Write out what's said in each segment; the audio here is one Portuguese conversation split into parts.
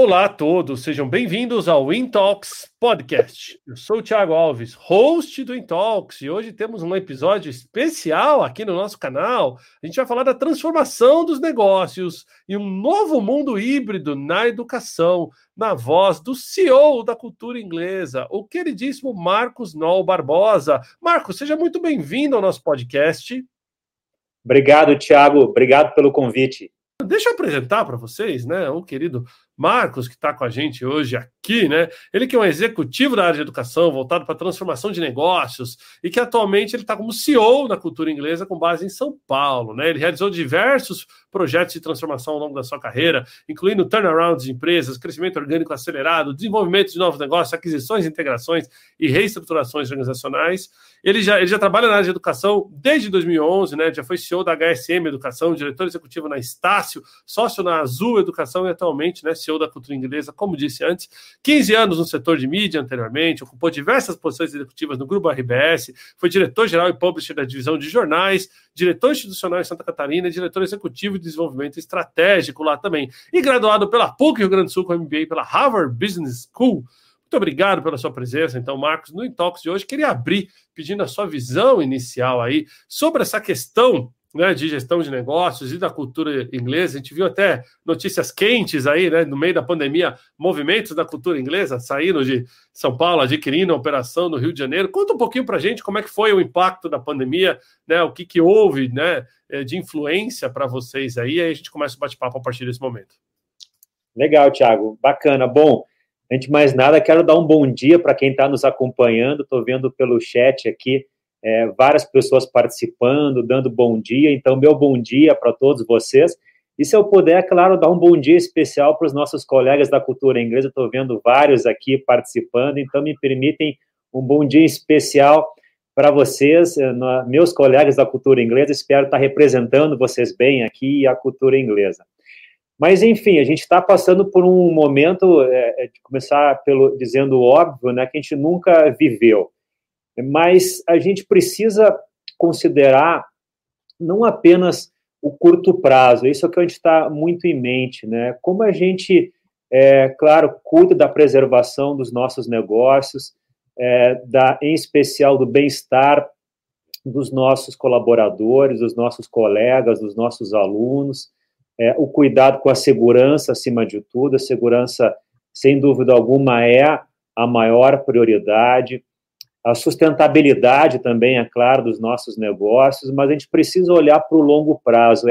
Olá a todos, sejam bem-vindos ao InTalks Podcast. Eu sou o Thiago Alves, host do InTalks, e hoje temos um episódio especial aqui no nosso canal. A gente vai falar da transformação dos negócios e um novo mundo híbrido na educação, na voz do CEO da cultura inglesa, o queridíssimo Marcos Noll Barbosa. Marcos, seja muito bem-vindo ao nosso podcast. Obrigado, Thiago. Obrigado pelo convite. Deixa eu apresentar para vocês, né, o querido Marcos, que está com a gente hoje aqui, né? Ele que é um executivo da área de educação, voltado para a transformação de negócios, e que atualmente ele está como CEO da cultura inglesa com base em São Paulo, né? Ele realizou diversos projetos de transformação ao longo da sua carreira, incluindo turnarounds de empresas, crescimento orgânico acelerado, desenvolvimento de novos negócios, aquisições, integrações e reestruturações organizacionais. Ele já trabalha na área de educação desde 2011, né? Já foi CEO da HSM Educação, diretor executivo na Estácio, sócio na Azul Educação e atualmente, né, CEO da cultura inglesa, como disse antes, 15 anos no setor de mídia anteriormente, ocupou diversas posições executivas no Grupo RBS, foi diretor-geral e publisher da divisão de jornais, diretor institucional em Santa Catarina e diretor executivo de desenvolvimento estratégico lá também. E graduado pela PUC Rio Grande do Sul com MBA pela Harvard Business School. Muito obrigado pela sua presença, então, Marcos. No InTalks de hoje, queria abrir pedindo a sua visão inicial aí sobre essa questão, né, de gestão de negócios e da cultura inglesa. A gente viu até notícias quentes aí, né, no meio da pandemia, movimentos da cultura inglesa saindo de São Paulo, adquirindo a operação no Rio de Janeiro. Conta um pouquinho para a gente como é que foi o impacto da pandemia, né, o que houve, né, de influência para vocês aí a gente começa o bate-papo a partir desse momento. Legal, Thiago. Bacana. Bom, antes de mais nada, quero dar um bom dia para quem está nos acompanhando. Estou vendo pelo chat aqui várias pessoas participando, dando bom dia. Então, meu bom dia para todos vocês. E se eu puder, é claro, dar um bom dia especial para os nossos colegas da cultura inglesa. Estou vendo vários aqui participando, então me permitem um bom dia especial para vocês, meus colegas da cultura inglesa. Espero estar representando vocês bem aqui e a cultura inglesa. Mas, enfim, a gente está passando por um momento, de começar dizendo o óbvio, né, que a gente nunca viveu. Mas a gente precisa considerar não apenas o curto prazo, isso é o que a gente está muito em mente, né? Como a gente, claro, cuida da preservação dos nossos negócios, em especial do bem-estar dos nossos colaboradores, dos nossos colegas, dos nossos alunos, o cuidado com a segurança, acima de tudo. A segurança, sem dúvida alguma, é a maior prioridade. A sustentabilidade também, é claro, dos nossos negócios, mas a gente precisa olhar para o longo prazo.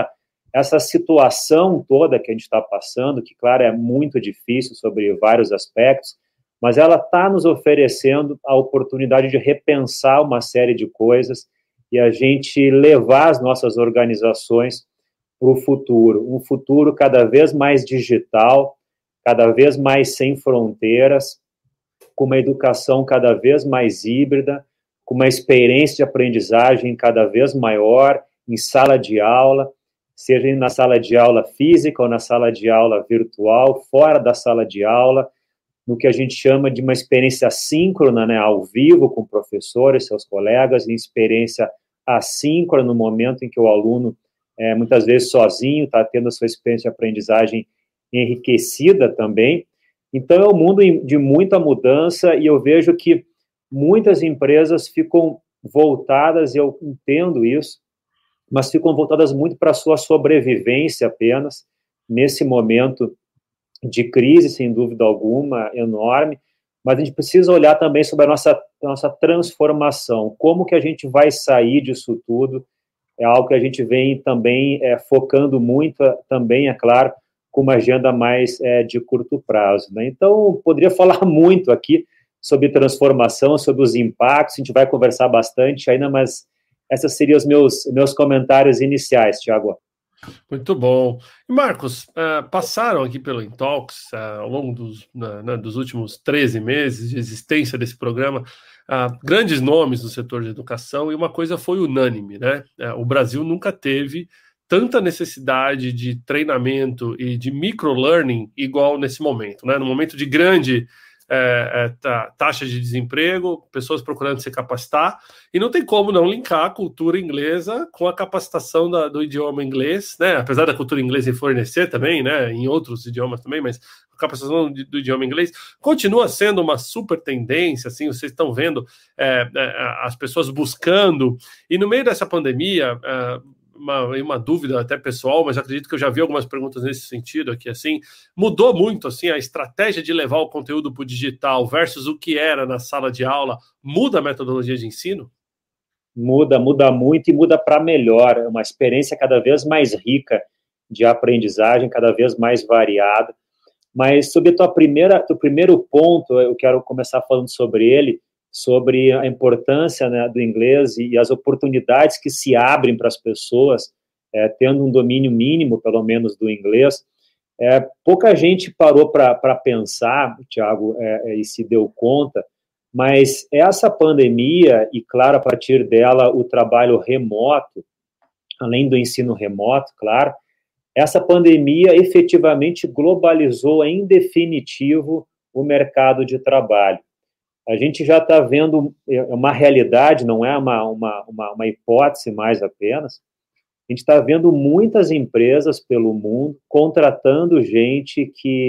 Essa situação toda que a gente está passando, que, claro, é muito difícil sobre vários aspectos, mas ela está nos oferecendo a oportunidade de repensar uma série de coisas e a gente levar as nossas organizações para o futuro, um futuro cada vez mais digital, cada vez mais sem fronteiras, com uma educação cada vez mais híbrida, com uma experiência de aprendizagem cada vez maior em sala de aula, seja na sala de aula física ou na sala de aula virtual, fora da sala de aula, no que a gente chama de uma experiência assíncrona, né, ao vivo com o professor e seus colegas, e experiência assíncrona no momento em que o aluno, muitas vezes sozinho, está tendo a sua experiência de aprendizagem enriquecida também. Então, é um mundo de muita mudança e eu vejo que muitas empresas ficam voltadas, e eu entendo isso, mas ficam voltadas muito para a sua sobrevivência apenas, nesse momento de crise, sem dúvida alguma, enorme, mas a gente precisa olhar também sobre a nossa transformação, como que a gente vai sair disso tudo. É algo que a gente vem também focando muito, também, é claro, com uma agenda mais de curto prazo, né? Então, poderia falar muito aqui sobre transformação, sobre os impactos, a gente vai conversar bastante ainda, mas esses seriam os meus comentários iniciais, Thiago. Muito bom. E Marcos, passaram aqui pelo InTalks ao longo dos últimos 13 meses de existência desse programa, grandes nomes do setor de educação, e uma coisa foi unânime, né? O Brasil nunca teve tanta necessidade de treinamento e de microlearning igual nesse momento, né? No momento de grande taxa de desemprego, pessoas procurando se capacitar, e não tem como não linkar a cultura inglesa com a capacitação do idioma inglês, né? Apesar da cultura inglesa fornecer também, né? Em outros idiomas também, mas a capacitação do idioma inglês continua sendo uma super tendência, assim, vocês estão vendo as pessoas buscando, e no meio dessa pandemia, uma dúvida até pessoal, mas acredito que eu já vi algumas perguntas nesse sentido aqui, assim, mudou muito, assim, a estratégia de levar o conteúdo para o digital versus o que era na sala de aula, muda a metodologia de ensino? Muda muito e muda para melhor, é uma experiência cada vez mais rica de aprendizagem, cada vez mais variada, mas sobre teu primeiro ponto, eu quero começar falando sobre ele, sobre a importância, né, do inglês e as oportunidades que se abrem para as pessoas, tendo um domínio mínimo, pelo menos, do inglês. Pouca gente parou para pensar, Thiago, e se deu conta, mas essa pandemia, e claro, a partir dela, o trabalho remoto, além do ensino remoto, claro, essa pandemia efetivamente globalizou em definitivo o mercado de trabalho. A gente já está vendo uma realidade, não é uma hipótese mais apenas. A gente está vendo muitas empresas pelo mundo contratando gente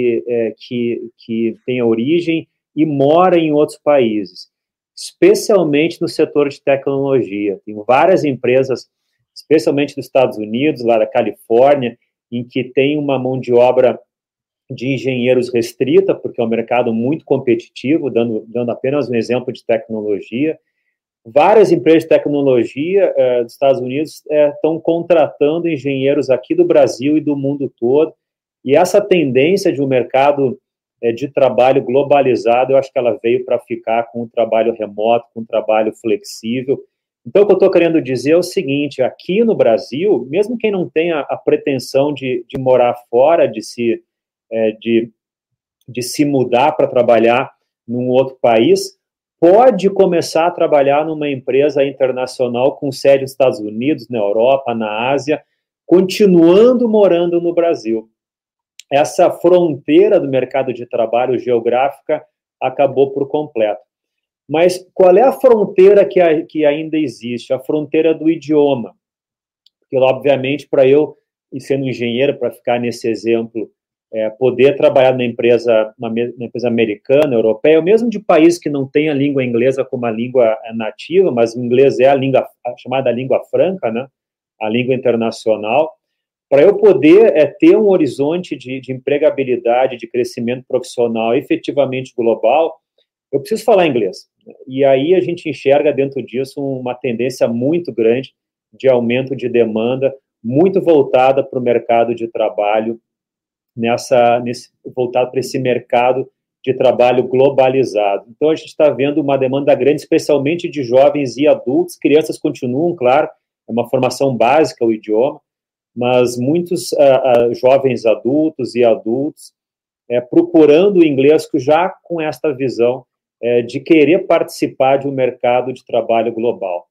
que tem origem e mora em outros países, especialmente no setor de tecnologia. Tem várias empresas, especialmente dos Estados Unidos, lá da Califórnia, em que tem uma mão de obra de engenheiros restrita, porque é um mercado muito competitivo, dando apenas um exemplo de tecnologia. Várias empresas de tecnologia dos Estados Unidos estão contratando engenheiros aqui do Brasil e do mundo todo, e essa tendência de um mercado de trabalho globalizado, eu acho que ela veio para ficar com o trabalho remoto, com o trabalho flexível. Então, o que eu estou querendo dizer é o seguinte, aqui no Brasil, mesmo quem não tenha a pretensão de morar fora, de se mudar para trabalhar num outro país, pode começar a trabalhar numa empresa internacional com sede nos Estados Unidos, na Europa, na Ásia, continuando morando no Brasil. Essa fronteira do mercado de trabalho geográfica acabou por completo. Mas qual é a fronteira que ainda existe? A fronteira do idioma. Porque, obviamente, para eu, sendo engenheiro, para ficar nesse exemplo, poder trabalhar na empresa americana, europeia, ou mesmo de países que não têm a língua inglesa como a língua nativa, mas o inglês é a chamada língua franca, né? A língua internacional. Para eu poder ter um horizonte de empregabilidade, de crescimento profissional efetivamente global, eu preciso falar inglês. E aí a gente enxerga dentro disso uma tendência muito grande de aumento de demanda, muito voltada para o mercado de trabalho, voltado para esse mercado de trabalho globalizado. Então, a gente está vendo uma demanda grande, especialmente de jovens e adultos. Crianças continuam, claro, é uma formação básica o idioma, mas muitos jovens adultos e adultos procurando o inglês já com esta visão de querer participar de um mercado de trabalho global.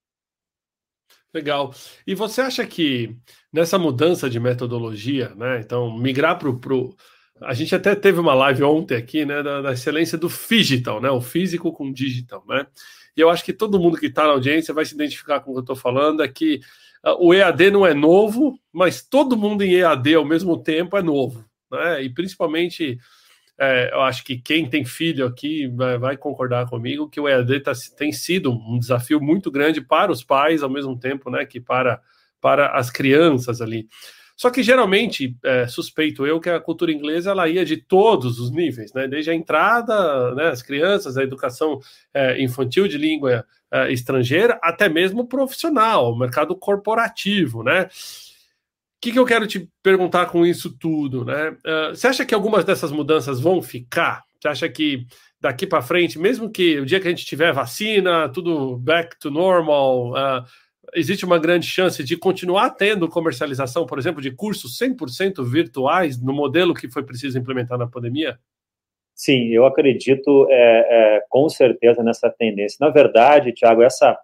Legal. E você acha que nessa mudança de metodologia, né? Então, migrar para o. A gente até teve uma live ontem aqui, né? Da excelência do phygital, né? O físico com digital, né? E eu acho que todo mundo que está na audiência vai se identificar com o que eu estou falando, é que o EAD não é novo, mas todo mundo em EAD ao mesmo tempo é novo, né? E principalmente. Eu acho que quem tem filho aqui vai concordar comigo que o EAD tem sido um desafio muito grande para os pais, ao mesmo tempo, né, que para as crianças ali. Só que, geralmente, suspeito eu que a cultura inglesa ela ia de todos os níveis, né, desde a entrada, né, as crianças, a educação infantil de língua estrangeira, até mesmo profissional, o mercado corporativo, né? O que eu quero te perguntar com isso tudo, né? Você acha que algumas dessas mudanças vão ficar? Você acha que daqui para frente, mesmo que o dia que a gente tiver vacina, tudo back to normal, existe uma grande chance de continuar tendo comercialização, por exemplo, de cursos 100% virtuais no modelo que foi preciso implementar na pandemia? Sim, eu acredito com certeza nessa tendência. Na verdade, Thiago, essa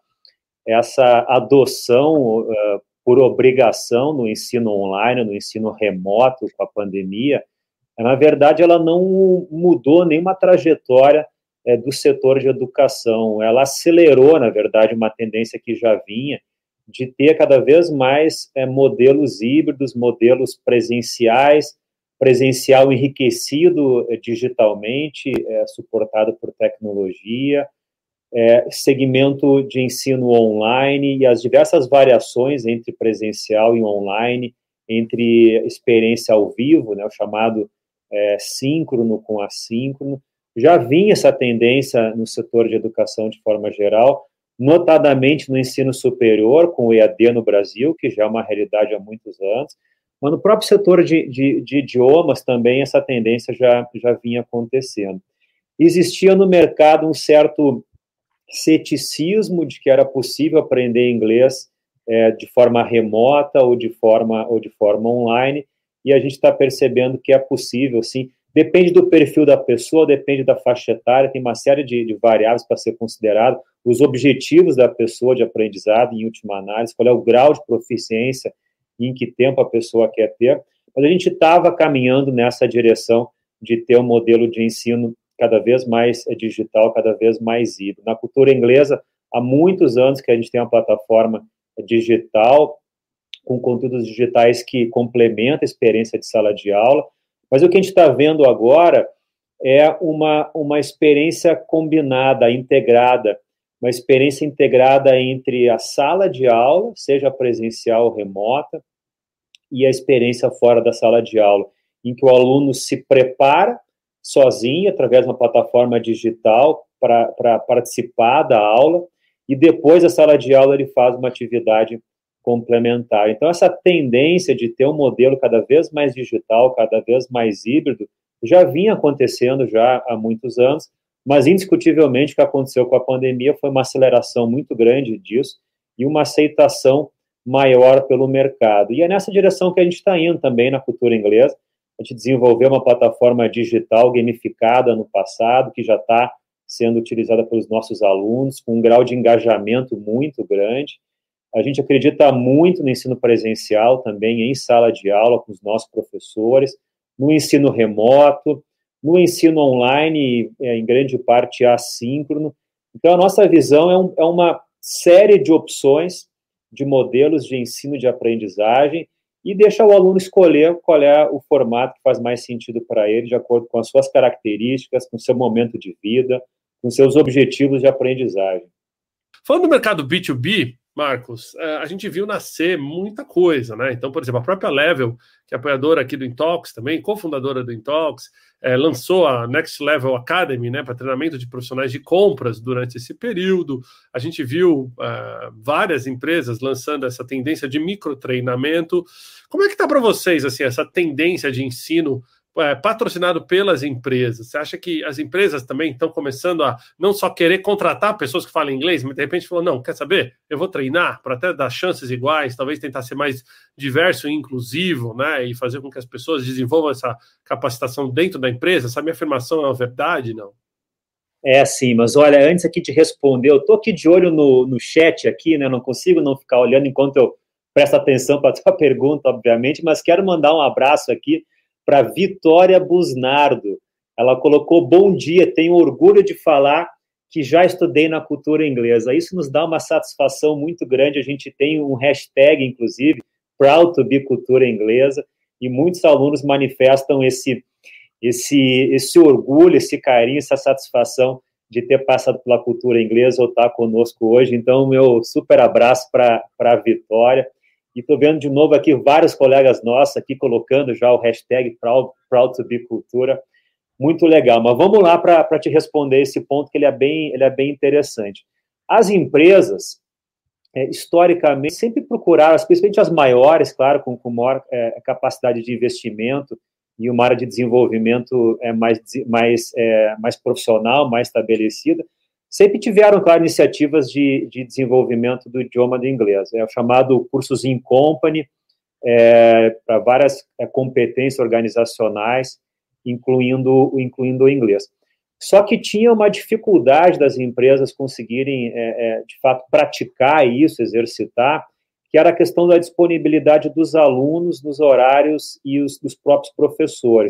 adoção por obrigação no ensino online, no ensino remoto com a pandemia, Na verdade, ela não mudou nenhuma trajetória do setor de educação. Ela acelerou, na verdade, uma tendência que já vinha de ter cada vez mais modelos híbridos, modelos presenciais, presencial enriquecido digitalmente, suportado por tecnologia, segmento de ensino online e as diversas variações entre presencial e online, entre experiência ao vivo, né, o chamado síncrono com assíncrono. Já vinha essa tendência no setor de educação de forma geral, notadamente no ensino superior, com o EAD no Brasil, que já é uma realidade há muitos anos, mas no próprio setor de idiomas também essa tendência já vinha acontecendo. Existia no mercado um certo ceticismo de que era possível aprender inglês de forma remota ou de forma online, e a gente está percebendo que é possível, sim. Depende do perfil da pessoa, depende da faixa etária, tem uma série de variáveis para ser considerado, os objetivos da pessoa de aprendizado, em última análise, qual é o grau de proficiência e em que tempo a pessoa quer ter, mas a gente estava caminhando nessa direção de ter um modelo de ensino cada vez mais digital, cada vez mais híbrido. Na cultura inglesa, há muitos anos que a gente tem uma plataforma digital, com conteúdos digitais que complementam a experiência de sala de aula, mas o que a gente está vendo agora é uma experiência combinada, integrada, uma experiência integrada entre a sala de aula, seja presencial ou remota, e a experiência fora da sala de aula, em que o aluno se prepara sozinho, através de uma plataforma digital, para participar da aula, e depois da sala de aula ele faz uma atividade complementar. Então, essa tendência de ter um modelo cada vez mais digital, cada vez mais híbrido, já vinha acontecendo já há muitos anos, mas indiscutivelmente o que aconteceu com a pandemia foi uma aceleração muito grande disso e uma aceitação maior pelo mercado. E é nessa direção que a gente está indo também na cultura inglesa. A gente desenvolveu uma plataforma digital gamificada no passado, que já está sendo utilizada pelos nossos alunos, com um grau de engajamento muito grande. A gente acredita muito no ensino presencial também, em sala de aula, com os nossos professores, no ensino remoto, no ensino online, em grande parte assíncrono. Então, a nossa visão é uma série de opções, de modelos de ensino de aprendizagem, e deixa o aluno escolher qual é o formato que faz mais sentido para ele, de acordo com as suas características, com o seu momento de vida, com seus objetivos de aprendizagem. Falando do mercado B2B, Marcos, a gente viu nascer muita coisa, né? Então, por exemplo, a própria Level, que é apoiadora aqui do Intox também, cofundadora do Intox, lançou a Next Level Academy, né, para treinamento de profissionais de compras durante esse período. A gente viu várias empresas lançando essa tendência de microtreinamento. Como é que está para vocês assim, essa tendência de ensino patrocinado pelas empresas? Você acha que as empresas também estão começando a não só querer contratar pessoas que falam inglês, mas de repente falou, não, quer saber? Eu vou treinar para até dar chances iguais, talvez tentar ser mais diverso e inclusivo, né? E fazer com que as pessoas desenvolvam essa capacitação dentro da empresa? Essa minha afirmação é uma verdade, não? É sim, mas olha, antes aqui de responder, eu estou aqui de olho no chat aqui, né? Não consigo não ficar olhando enquanto eu presto atenção para a tua pergunta, obviamente, mas quero mandar um abraço aqui para Vitória Busnardo. Ela colocou, bom dia, tenho orgulho de falar que já estudei na cultura inglesa. Isso nos dá uma satisfação muito grande. A gente tem um hashtag, inclusive, Proud to be cultura inglesa, e muitos alunos manifestam esse orgulho, esse carinho, essa satisfação de ter passado pela cultura inglesa ou estar conosco hoje. Então, meu super abraço para a Vitória. E estou vendo de novo aqui vários colegas nossos aqui colocando já o hashtag Proud to be Cultura. Muito legal. Mas vamos lá para te responder esse ponto, que ele é bem interessante. As empresas, historicamente, sempre procuraram, especialmente as maiores, claro, com maior capacidade de investimento e uma área de desenvolvimento mais profissional, mais estabelecida, sempre tiveram, claro, iniciativas de desenvolvimento do idioma do inglês. É o chamado cursos in company, para várias competências organizacionais, incluindo o inglês. Só que tinha uma dificuldade das empresas conseguirem, de fato, praticar isso, exercitar, que era a questão da disponibilidade dos alunos nos horários e dos próprios professores.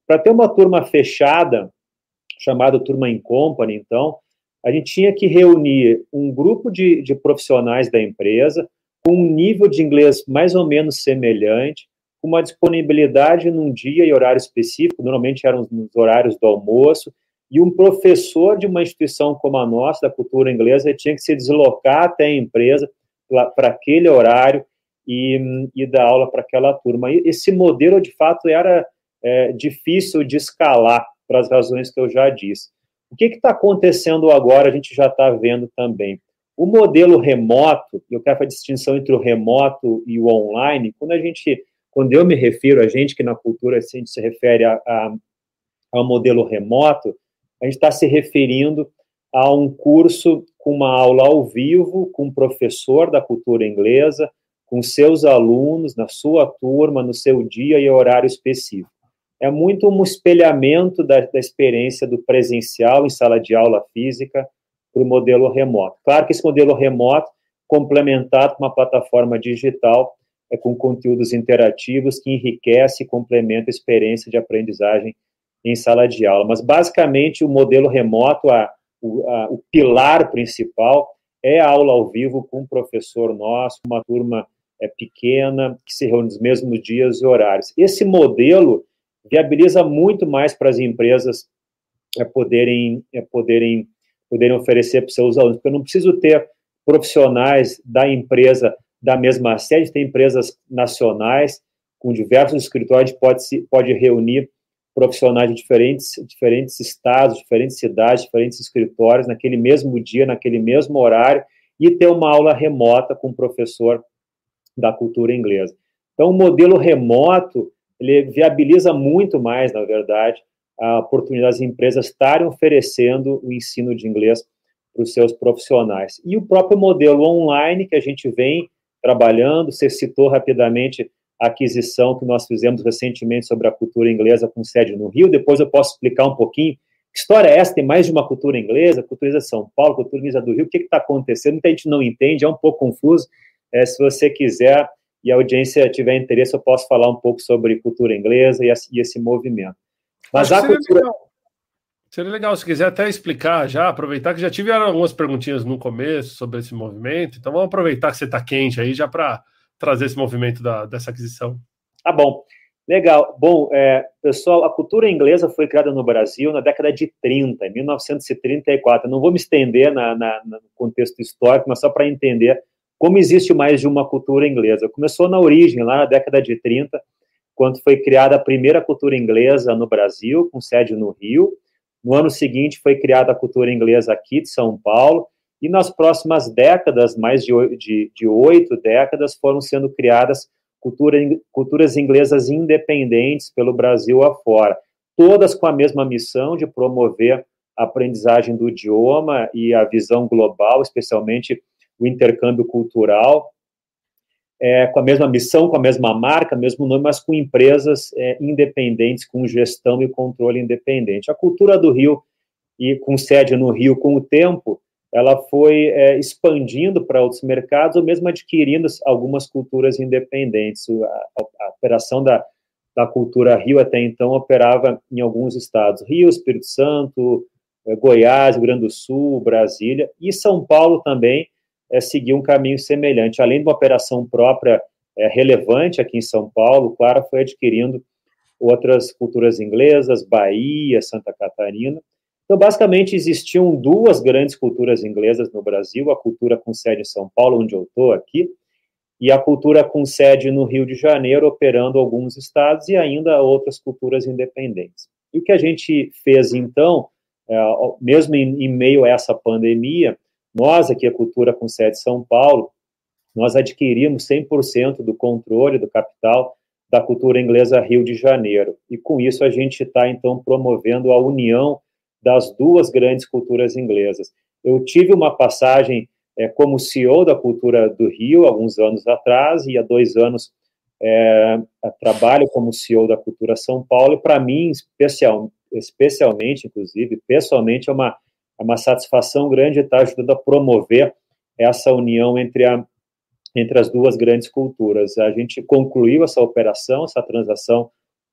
Para ter uma turma fechada, chamada Turma in Company, então, a gente tinha que reunir um grupo de profissionais da empresa com um nível de inglês mais ou menos semelhante, com uma disponibilidade num dia e horário específico, normalmente eram nos horários do almoço, e um professor de uma instituição como a nossa, da cultura inglesa, tinha que se deslocar até a empresa para aquele horário e dar aula para aquela turma. E esse modelo, de fato, era difícil de escalar, para as razões que eu já disse. O que está acontecendo agora, a gente já está vendo também. O modelo remoto, eu quero fazer a distinção entre o remoto e o online, quando eu me refiro a gente, que na cultura a gente se refere ao modelo remoto, a gente está se referindo a um curso com uma aula ao vivo, com um professor da cultura inglesa, com seus alunos, na sua turma, no seu dia e horário específico. É muito um espelhamento da experiência do presencial em sala de aula física para o modelo remoto. Claro que esse modelo remoto, complementado com uma plataforma digital, com conteúdos interativos que enriquece e complementa a experiência de aprendizagem em sala de aula. Mas, basicamente, o modelo remoto, o pilar principal é a aula ao vivo com um professor nosso, uma turma pequena, que se reúne nos mesmos dias e horários. Esse modelo viabiliza muito mais para as empresas poderem oferecer para os seus alunos, porque eu não preciso ter profissionais da empresa da mesma sede, tem empresas nacionais com diversos escritórios, pode reunir profissionais de diferentes estados, diferentes cidades, diferentes escritórios, naquele mesmo dia, naquele mesmo horário, e ter uma aula remota com um professor da cultura inglesa. Então, o modelo remoto, ele viabiliza muito mais, na verdade, a oportunidade das empresas estarem oferecendo o ensino de inglês para os seus profissionais. E o próprio modelo online que a gente vem trabalhando, você citou rapidamente a aquisição que nós fizemos recentemente sobre a cultura inglesa com sede no Rio, depois eu posso explicar um pouquinho que história é essa, tem mais de uma cultura inglesa, cultura inglesa de São Paulo, cultura inglesa do Rio, o que está acontecendo? Muita gente não entende, é um pouco confuso, se você quiser e a audiência tiver interesse, eu posso falar um pouco sobre cultura inglesa e esse movimento. Mas a cultura... Seria legal, se quiser até explicar já, aproveitar que já tiveram algumas perguntinhas no começo sobre esse movimento, então vamos aproveitar que você está quente aí já para trazer esse movimento dessa aquisição. Tá bom, legal. Bom, pessoal, a cultura inglesa foi criada no Brasil na década de 30, em 1934. Eu não vou me estender no contexto histórico, mas só para entender como existe mais de uma cultura inglesa. Começou na origem, lá na década de 30, quando foi criada a primeira cultura inglesa no Brasil, com sede no Rio. No ano seguinte, foi criada a cultura inglesa aqui de São Paulo, e nas próximas décadas, mais de 8 décadas, foram sendo criadas culturas inglesas independentes pelo Brasil afora, todas com a mesma missão de promover a aprendizagem do idioma e a visão global, especialmente o intercâmbio cultural, com a mesma missão, com a mesma marca, mesmo nome, mas com empresas independentes, com gestão e controle independente. A cultura do Rio, e com sede no Rio, com o tempo, ela foi expandindo para outros mercados, ou mesmo adquirindo algumas culturas independentes. A operação da cultura Rio até então operava em alguns estados, Rio, Espírito Santo, Goiás, Rio Grande do Sul, Brasília, e São Paulo também seguiu um caminho semelhante. Além de uma operação própria relevante aqui em São Paulo, claro, foi adquirindo outras culturas inglesas, Bahia, Santa Catarina. Então, basicamente, existiam 2 grandes culturas inglesas no Brasil, a cultura com sede em São Paulo, onde eu estou aqui, e a cultura com sede no Rio de Janeiro, operando alguns estados, e ainda outras culturas independentes. E o que a gente fez, então, mesmo em meio a essa pandemia, nós aqui, a cultura com sede em São Paulo, nós adquirimos 100% do controle do capital da cultura inglesa Rio de Janeiro. E com isso a gente está, então, promovendo a união das 2 grandes culturas inglesas. Eu tive uma passagem como CEO da cultura do Rio, alguns anos atrás, e há 2 anos trabalho como CEO da cultura São Paulo, e para mim, especialmente, inclusive, pessoalmente, é uma satisfação grande estar ajudando a promover essa união entre as 2 grandes culturas. A gente concluiu essa operação, essa transação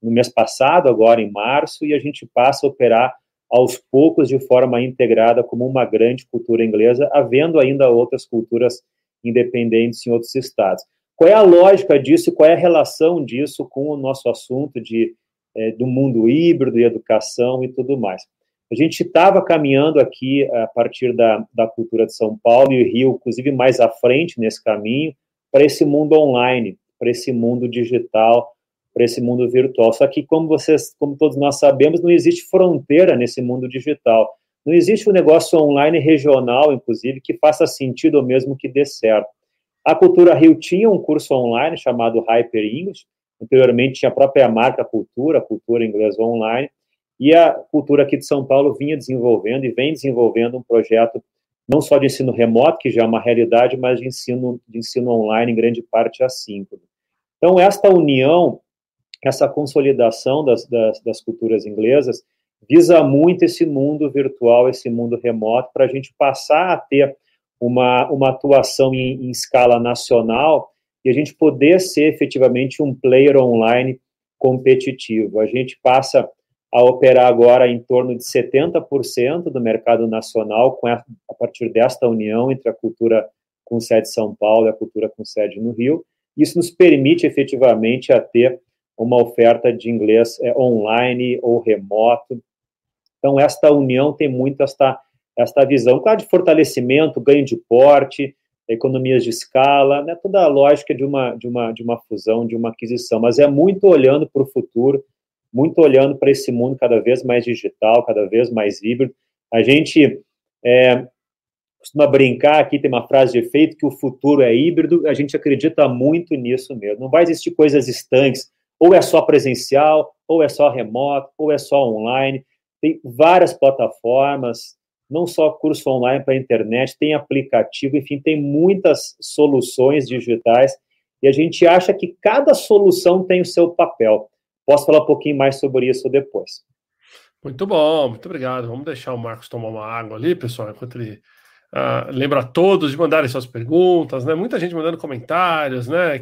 no mês passado, agora em março, e a gente passa a operar aos poucos de forma integrada como uma grande cultura inglesa, havendo ainda outras culturas independentes em outros estados. Qual é a lógica disso e qual é a relação disso com o nosso assunto do mundo híbrido e educação e tudo mais? A gente estava caminhando aqui a partir da cultura de São Paulo e o Rio, inclusive mais à frente nesse caminho, para esse mundo online, para esse mundo digital, para esse mundo virtual. Só que, como todos nós sabemos, não existe fronteira nesse mundo digital. Não existe um negócio online regional, inclusive, que faça sentido ou mesmo que dê certo. A Cultura Rio tinha um curso online chamado Hyper English, anteriormente tinha a própria marca Cultura Inglesa Online, e a Cultura aqui de São Paulo vinha desenvolvendo e vem desenvolvendo um projeto não só de ensino remoto, que já é uma realidade, mas de ensino online, em grande parte assíncrono. Então, esta união, essa consolidação das culturas inglesas, visa muito esse mundo virtual, esse mundo remoto, para a gente passar a ter uma atuação em escala nacional e a gente poder ser efetivamente um player online competitivo. A gente passa a operar agora em torno de 70% do mercado nacional a partir desta união entre a cultura com sede em São Paulo e a cultura com sede no Rio. Isso nos permite efetivamente a ter uma oferta de inglês online ou remoto. Então, esta união tem muito esta visão, claro, de fortalecimento, ganho de porte, economias de escala, né, toda a lógica de uma fusão, de uma aquisição, mas é muito olhando para o futuro, muito olhando para esse mundo cada vez mais digital, cada vez mais híbrido. A gente costuma brincar aqui, tem uma frase de efeito, que o futuro é híbrido, a gente acredita muito nisso mesmo. Não vai existir coisas estanques, ou é só presencial, ou é só remoto, ou é só online. Tem várias plataformas, não só curso online para a internet, tem aplicativo, enfim, tem muitas soluções digitais, e a gente acha que cada solução tem o seu papel. Posso falar um pouquinho mais sobre isso depois. Muito bom, muito obrigado. Vamos deixar o Marcos tomar uma água ali, pessoal, enquanto ele lembra a todos de mandarem suas perguntas, né? Muita gente mandando comentários, né?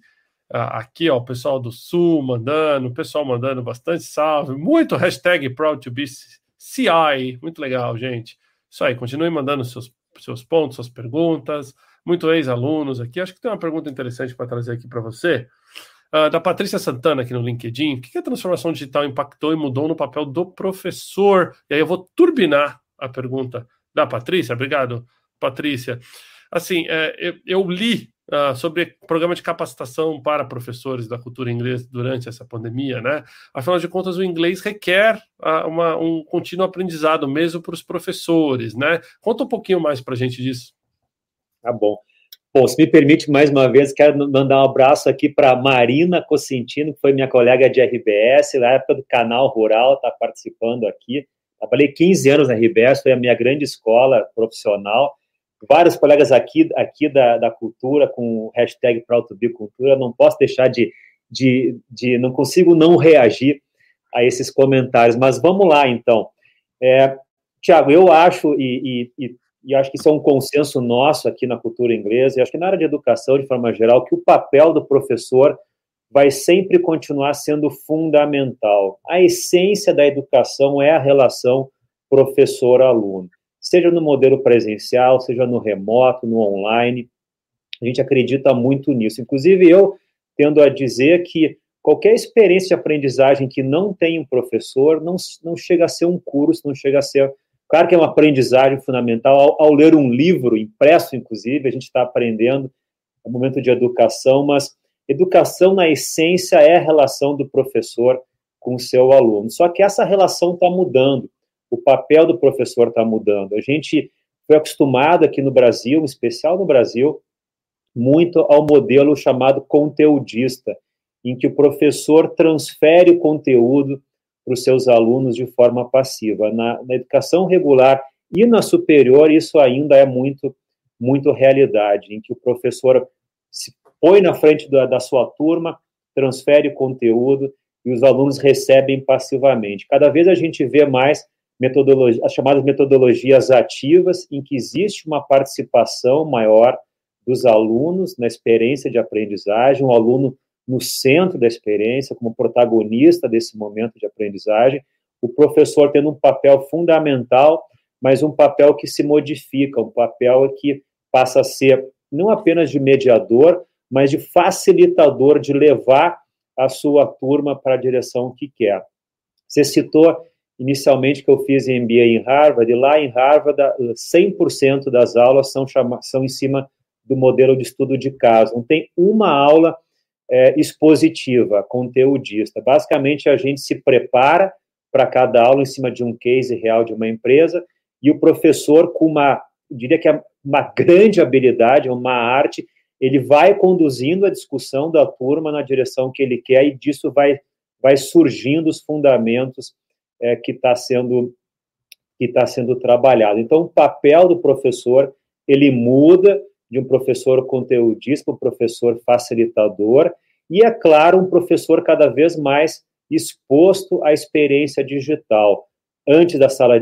Aqui, ó, o pessoal do Sul mandando, o pessoal mandando bastante salve, muito hashtag #ProudToBeCI, muito legal, gente. Isso aí, continue mandando seus pontos, suas perguntas, muito ex-alunos aqui. Acho que tem uma pergunta interessante para trazer aqui para você. Da Patrícia Santana aqui no LinkedIn. O que a transformação digital impactou e mudou no papel do professor? E aí eu vou turbinar a pergunta da Patrícia. Obrigado, Patrícia. Assim, eu li sobre programa de capacitação para professores da cultura inglesa durante essa pandemia, né? Afinal de contas, o inglês requer um contínuo aprendizado mesmo para os professores, né? Conta um pouquinho mais para a gente disso. Tá bom. Bom, se me permite, mais uma vez, quero mandar um abraço aqui para Marina Cosentino, que foi minha colega de RBS, na época do Canal Rural, está participando aqui. Trabalhei 15 anos na RBS, foi a minha grande escola profissional. Vários colegas aqui da cultura, com o hashtag ProudToBeCultura, não posso deixar não consigo não reagir a esses comentários, mas vamos lá, então. Tiago, eu acho, e acho que isso é um consenso nosso aqui na cultura inglesa, e acho que na área de educação, de forma geral, que o papel do professor vai sempre continuar sendo fundamental. A essência da educação é a relação professor-aluno, seja no modelo presencial, seja no remoto, no online. A gente acredita muito nisso. Inclusive, eu tendo a dizer que qualquer experiência de aprendizagem que não tem um professor não chega a ser um curso, não chega a ser... Claro que é uma aprendizagem fundamental. Ao ler um livro, impresso, inclusive, a gente está aprendendo, é um momento de educação, mas educação, na essência, é a relação do professor com o seu aluno. Só que essa relação está mudando. O papel do professor está mudando. A gente foi acostumado aqui no Brasil, em especial no Brasil, muito ao modelo chamado conteudista, em que o professor transfere o conteúdo para os seus alunos de forma passiva. Na educação regular e na superior, isso ainda é muito, muito realidade, em que o professor se põe na frente da sua turma, transfere o conteúdo e os alunos recebem passivamente. Cada vez a gente vê mais as chamadas metodologias ativas, em que existe uma participação maior dos alunos na experiência de aprendizagem, o aluno no centro da experiência, como protagonista desse momento de aprendizagem, o professor tendo um papel fundamental, mas um papel que se modifica, um papel que passa a ser não apenas de mediador, mas de facilitador, de levar a sua turma para a direção que quer. Você citou inicialmente que eu fiz MBA em Harvard, e lá em Harvard 100% das aulas são em cima do modelo de estudo de caso. Não tem uma aula expositiva, conteudista. Basicamente, a gente se prepara para cada aula em cima de um case real de uma empresa, e o professor, com diria que é uma grande habilidade, uma arte, ele vai conduzindo a discussão da turma na direção que ele quer, e disso vai surgindo os fundamentos que está sendo trabalhado. Então, o papel do professor, ele muda de um professor conteudista para um professor facilitador, e, é claro, um professor cada vez mais exposto à experiência digital, antes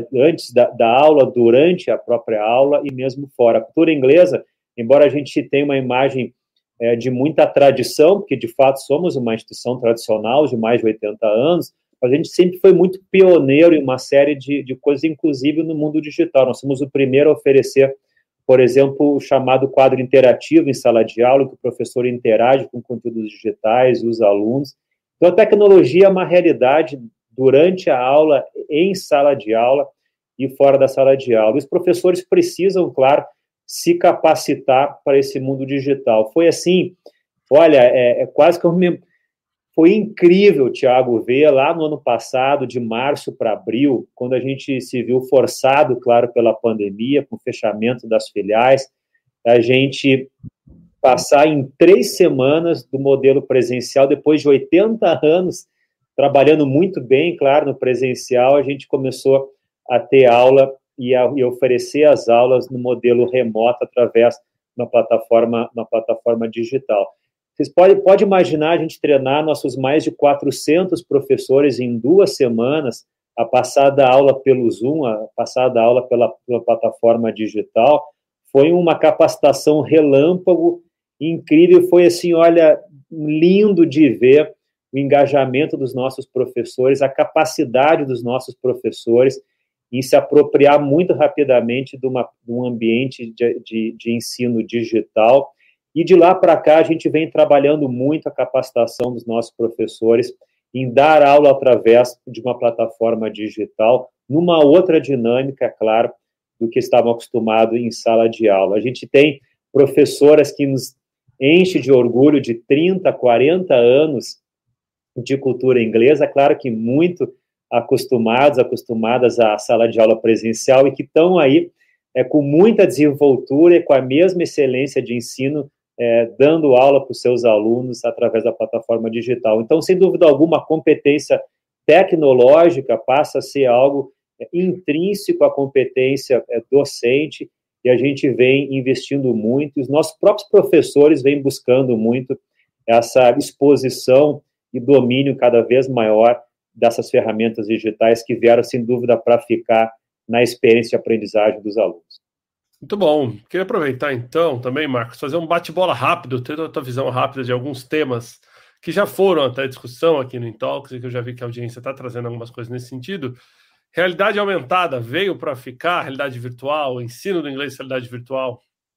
da aula, durante a própria aula e mesmo fora. A cultura inglesa, embora a gente tenha uma imagem de muita tradição, porque de fato somos uma instituição tradicional de mais de 80 anos, a gente sempre foi muito pioneiro em uma série de coisas, inclusive no mundo digital. Nós somos o primeiro a oferecer, por exemplo, o chamado quadro interativo em sala de aula, em que o professor interage com conteúdos digitais e os alunos. Então, a tecnologia é uma realidade durante a aula, em sala de aula e fora da sala de aula. Os professores precisam, claro, se capacitar para esse mundo digital. Foi assim, olha, quase que foi incrível, Thiago, ver lá no ano passado, de março para abril, quando a gente se viu forçado, claro, pela pandemia, com o fechamento das filiais, a gente passar em 3 semanas do modelo presencial, depois de 80 anos, trabalhando muito bem, claro, no presencial, a gente começou a ter aula e oferecer as aulas no modelo remoto através de uma plataforma digital. Vocês podem imaginar a gente treinar nossos mais de 400 professores em 2 semanas, a passar da aula pelo Zoom, a passar da aula pela plataforma digital. Foi uma capacitação relâmpago, incrível, foi assim, olha, lindo de ver o engajamento dos nossos professores, a capacidade dos nossos professores em se apropriar muito rapidamente de um ambiente de ensino digital. E de lá para cá, a gente vem trabalhando muito a capacitação dos nossos professores em dar aula através de uma plataforma digital, numa outra dinâmica, claro, do que estavam acostumados em sala de aula. A gente tem professoras que nos enchem de orgulho de 30, 40 anos de cultura inglesa, claro que muito acostumadas à sala de aula presencial, e que estão aí com muita desenvoltura e com a mesma excelência de ensino, dando aula para os seus alunos através da plataforma digital. Então, sem dúvida alguma, a competência tecnológica passa a ser algo intrínseco à competência docente, e a gente vem investindo muito, os nossos próprios professores vêm buscando muito essa exposição e domínio cada vez maior dessas ferramentas digitais que vieram, sem dúvida, para ficar na experiência de aprendizagem dos alunos. Muito bom. Queria aproveitar, então, também, Marcos, fazer um bate-bola rápido, ter a tua visão rápida de alguns temas que já foram até discussão aqui no Intalks, e que eu já vi que a audiência está trazendo algumas coisas nesse sentido. Realidade aumentada veio para ficar, realidade virtual, ensino do inglês, realidade virtual?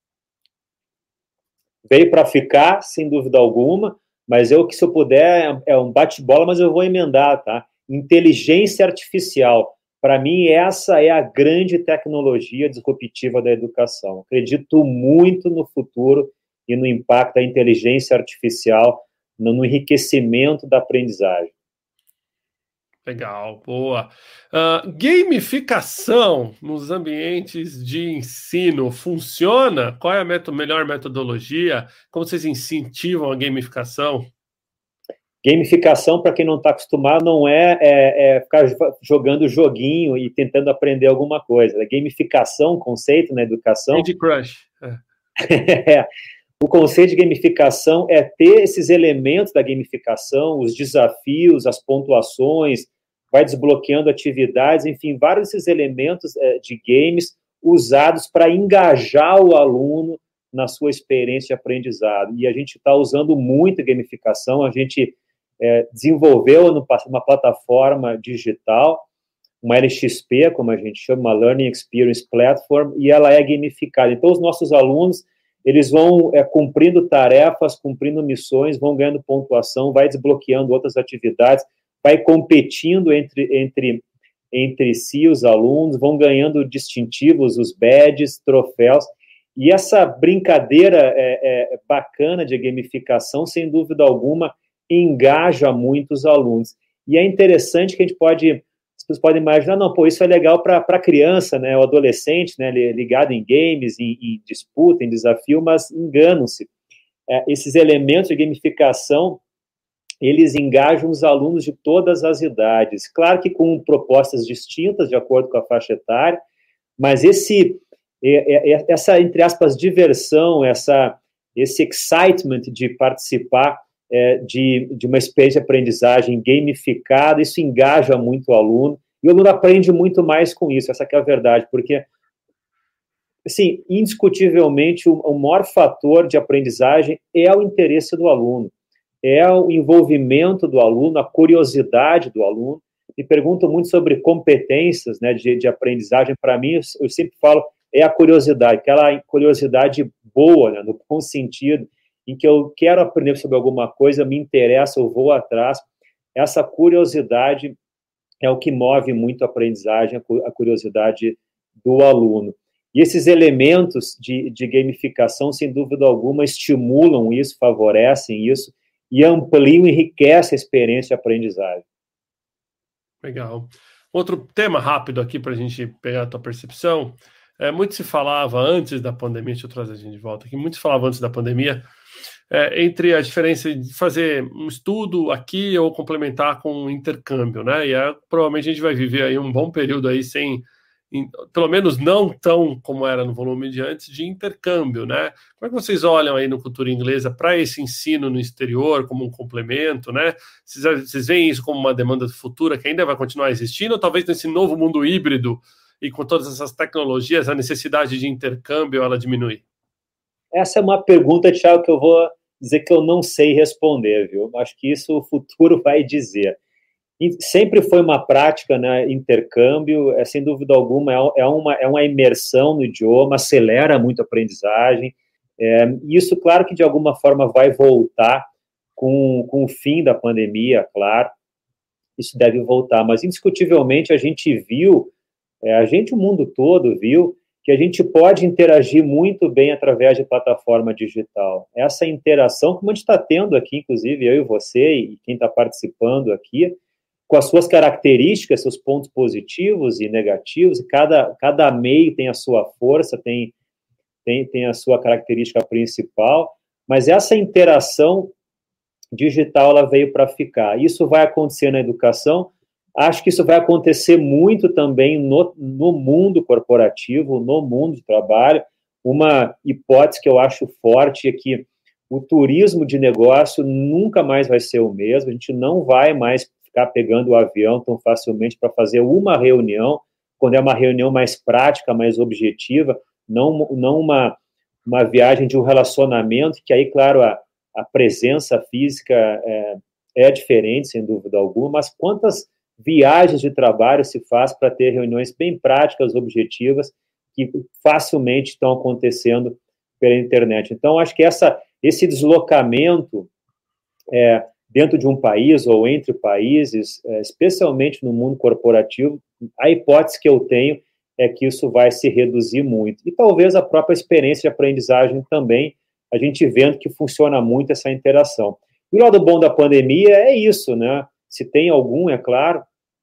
Veio para ficar, sem dúvida alguma, mas se eu puder, é um bate-bola, mas eu vou emendar, tá? Inteligência artificial. Para mim, essa é a grande tecnologia disruptiva da educação. Acredito muito no futuro e no impacto da inteligência artificial no enriquecimento da aprendizagem. Legal, boa. Gamificação nos ambientes de ensino funciona? Qual é a melhor metodologia? Como vocês incentivam a gamificação? Gamificação, para quem não está acostumado, não é ficar jogando joguinho e tentando aprender alguma coisa. Gamificação, conceito na educação... Candy Crush. O conceito de gamificação é ter esses elementos da gamificação, os desafios, as pontuações, vai desbloqueando atividades, enfim, vários desses elementos de games usados para engajar o aluno na sua experiência de aprendizado. E a gente está usando muito gamificação, a gente desenvolveu uma plataforma digital, uma LXP, como a gente chama, uma Learning Experience Platform, e ela é gamificada. Então, os nossos alunos, eles vão cumprindo tarefas, cumprindo missões, vão ganhando pontuação, vai desbloqueando outras atividades, vai competindo entre si os alunos, vão ganhando distintivos, os badges, troféus, e essa brincadeira bacana de gamificação, sem dúvida alguma, engaja muito os alunos. E é interessante que as pessoas podem imaginar, não, pô, isso é legal para criança, né, o adolescente, né, ligado em games, em disputa, em desafio, mas enganam-se. Esses elementos de gamificação, eles engajam os alunos de todas as idades. Claro que com propostas distintas, de acordo com a faixa etária, mas essa, entre aspas, diversão, esse excitement de participar de uma experiência de aprendizagem gamificada, isso engaja muito o aluno, e o aluno aprende muito mais com isso, essa que é a verdade, porque, assim, indiscutivelmente, o maior fator de aprendizagem é o interesse do aluno, é o envolvimento do aluno, a curiosidade do aluno. Me perguntam muito sobre competências, né, de aprendizagem. Para mim, eu sempre falo, é a curiosidade, aquela curiosidade boa, né, no bom sentido, em que eu quero aprender sobre alguma coisa, me interessa, eu vou atrás. Essa curiosidade é o que move muito a aprendizagem, a curiosidade do aluno. E esses elementos de gamificação, sem dúvida alguma, estimulam isso, favorecem isso, e ampliam e enriquecem a experiência de aprendizagem. Legal. Outro tema rápido aqui para a gente pegar a tua percepção. Muito se falava antes da pandemia, deixa eu trazer a gente de volta aqui, muito se falava antes da pandemia, entre a diferença de fazer um estudo aqui ou complementar com um intercâmbio, né? E provavelmente a gente vai viver aí um bom período aí pelo menos não tão como era no volume de antes, de intercâmbio, né? Como é que vocês olham aí no Cultura Inglesa para esse ensino no exterior como um complemento, né? Vocês veem isso como uma demanda futura que ainda vai continuar existindo, ou talvez nesse novo mundo híbrido e com todas essas tecnologias, a necessidade de intercâmbio, ela diminui? Essa é uma pergunta, Thiago, que eu vou dizer que eu não sei responder, viu? Acho que isso o futuro vai dizer. E sempre foi uma prática, né, intercâmbio, sem dúvida alguma, é uma imersão no idioma, acelera muito a aprendizagem. Isso, claro que de alguma forma vai voltar com o fim da pandemia, claro, isso deve voltar, mas indiscutivelmente a gente viu, o mundo todo viu, que a gente pode interagir muito bem através de plataforma digital. Essa interação, como a gente está tendo aqui, inclusive eu e você, e quem está participando aqui, com as suas características, seus pontos positivos e negativos, cada meio tem a sua força, tem a sua característica principal, mas essa interação digital ela veio para ficar. Isso vai acontecer na educação, acho que isso vai acontecer muito também no mundo corporativo, no mundo de trabalho. Uma hipótese que eu acho forte é que o turismo de negócio nunca mais vai ser o mesmo, a gente não vai mais ficar pegando o avião tão facilmente para fazer uma reunião, quando é uma reunião mais prática, mais objetiva, não uma viagem de um relacionamento, que aí, claro, a presença física é diferente, sem dúvida alguma, mas quantas viagens de trabalho se faz para ter reuniões bem práticas, objetivas, que facilmente estão acontecendo pela internet. Então, acho que esse deslocamento dentro de um país ou entre países, especialmente no mundo corporativo, a hipótese que eu tenho é que isso vai se reduzir muito. E talvez a própria experiência de aprendizagem também, a gente vendo que funciona muito essa interação. E o lado bom da pandemia é isso, né? Se tem algum, é claro,